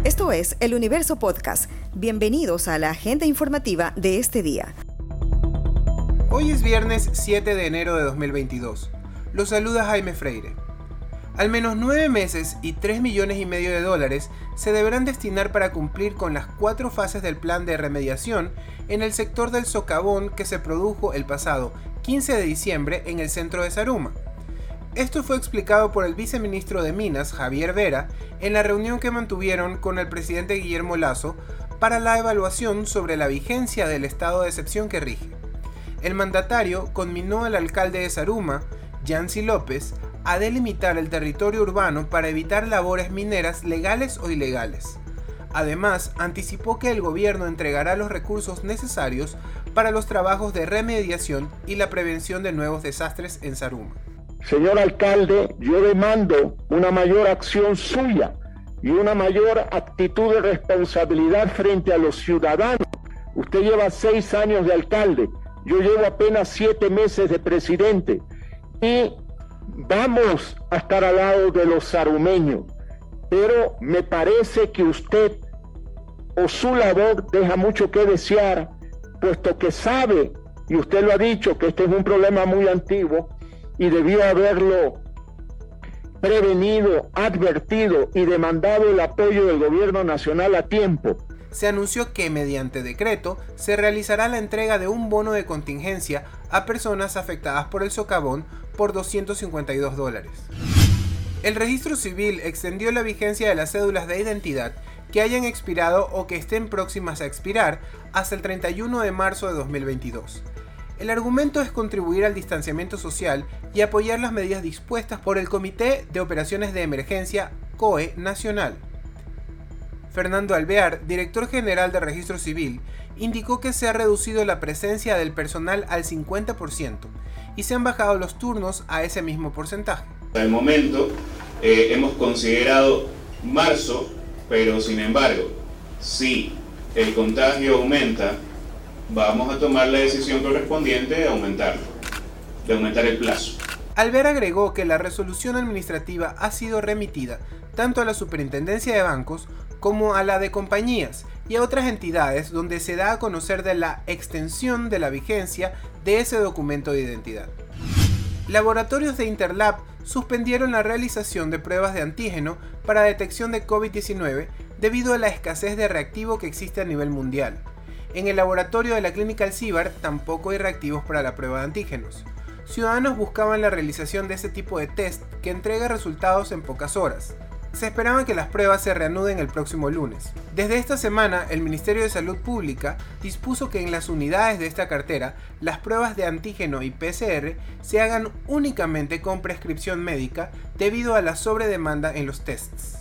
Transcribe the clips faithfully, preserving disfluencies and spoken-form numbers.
Esto es El Universo Podcast. Bienvenidos a la agenda informativa de este día. Hoy es viernes siete de enero de dos mil veintidós. Los saluda Jaime Freire. Al menos nueve meses y tres millones y medio de dólares se deberán destinar para cumplir con las cuatro fases del plan de remediación en el sector del socavón que se produjo el pasado quince de diciembre en el centro de Zaruma. Esto fue explicado por el viceministro de Minas, Javier Vera, en la reunión que mantuvieron con el presidente Guillermo Lasso para la evaluación sobre la vigencia del estado de excepción que rige. El mandatario conminó al alcalde de Zaruma, Yancy López, a delimitar el territorio urbano para evitar labores mineras legales o ilegales. Además, anticipó que el gobierno entregará los recursos necesarios para los trabajos de remediación y la prevención de nuevos desastres en Zaruma. Señor alcalde, yo demando una mayor acción suya y una mayor actitud de responsabilidad frente a los ciudadanos. Usted lleva seis años de alcalde, yo llevo apenas siete meses de presidente y vamos a estar al lado de los zarumeños, pero me parece que usted o su labor deja mucho que desear, puesto que sabe, y usted lo ha dicho, que este es un problema muy antiguo y debió haberlo prevenido, advertido y demandado el apoyo del gobierno nacional a tiempo. Se anunció que mediante decreto se realizará la entrega de un bono de contingencia a personas afectadas por el socavón por doscientos cincuenta y dos dólares. El registro civil extendió la vigencia de las cédulas de identidad que hayan expirado o que estén próximas a expirar hasta el treinta y uno de marzo de dos mil veintidós. El argumento es contribuir al distanciamiento social y apoyar las medidas dispuestas por el Comité de Operaciones de Emergencia C O E Nacional. Fernando Alvear, director general de Registro Civil, indicó que se ha reducido la presencia del personal al cincuenta por ciento y se han bajado los turnos a ese mismo porcentaje. Hasta el momento eh, hemos considerado marzo, pero sin embargo, si el contagio aumenta, vamos a tomar la decisión correspondiente de aumentarlo, de aumentar el plazo. Alvear agregó que la resolución administrativa ha sido remitida tanto a la Superintendencia de Bancos como a la de compañías y a otras entidades donde se da a conocer de la extensión de la vigencia de ese documento de identidad. Laboratorios de Interlab suspendieron la realización de pruebas de antígeno para detección de COVID diecinueve debido a la escasez de reactivo que existe a nivel mundial. En el laboratorio de la Clínica Alcíbar tampoco hay reactivos para la prueba de antígenos. Ciudadanos buscaban la realización de ese tipo de test que entrega resultados en pocas horas. Se esperaba que las pruebas se reanuden el próximo lunes. Desde esta semana, el Ministerio de Salud Pública dispuso que en las unidades de esta cartera, las pruebas de antígeno y P C R se hagan únicamente con prescripción médica debido a la sobredemanda en los tests.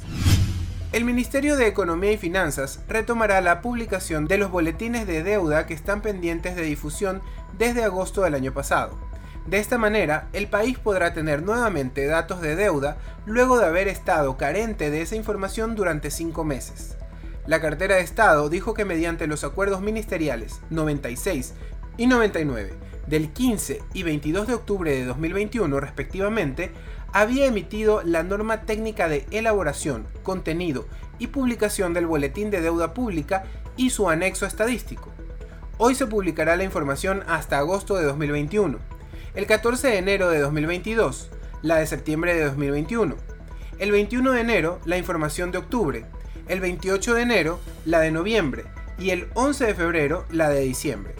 El Ministerio de Economía y Finanzas retomará la publicación de los boletines de deuda que están pendientes de difusión desde agosto del año pasado. De esta manera, el país podrá tener nuevamente datos de deuda luego de haber estado carente de esa información durante cinco meses. La cartera de Estado dijo que mediante los acuerdos ministeriales noventa y seis y noventa y nueve del quince y veintidós de octubre de dos mil veintiuno respectivamente, había emitido la norma técnica de elaboración, contenido y publicación del boletín de deuda pública y su anexo estadístico. Hoy se publicará la información hasta agosto de dos mil veintiuno. El catorce de enero de dos mil veintidós, la de septiembre de dos mil veintiuno. El veintiuno de enero, la información de octubre. El veintiocho de enero, la de noviembre. Y el once de febrero, la de diciembre.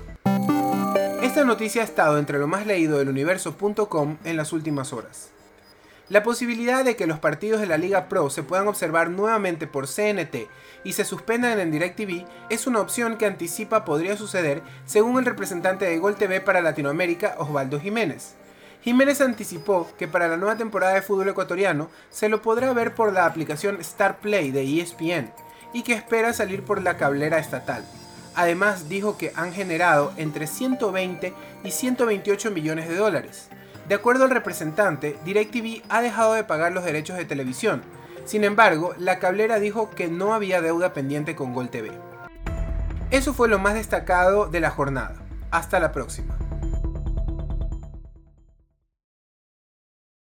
Esta noticia ha estado entre lo más leído del universo punto com en las últimas horas. La posibilidad de que los partidos de la Liga Pro se puedan observar nuevamente por C N T y se suspendan en DirecTV es una opción que anticipa podría suceder según el representante de Gol T V para Latinoamérica, Osvaldo Jiménez. Jiménez anticipó que para la nueva temporada de fútbol ecuatoriano se lo podrá ver por la aplicación Star Play de E S P N y que espera salir por la cablera estatal. Además dijo que han generado entre ciento veinte y ciento veintiocho millones de dólares. De acuerdo al representante, DirecTV ha dejado de pagar los derechos de televisión. Sin embargo, la cablera dijo que no había deuda pendiente con Gol T V. Eso fue lo más destacado de la jornada. Hasta la próxima.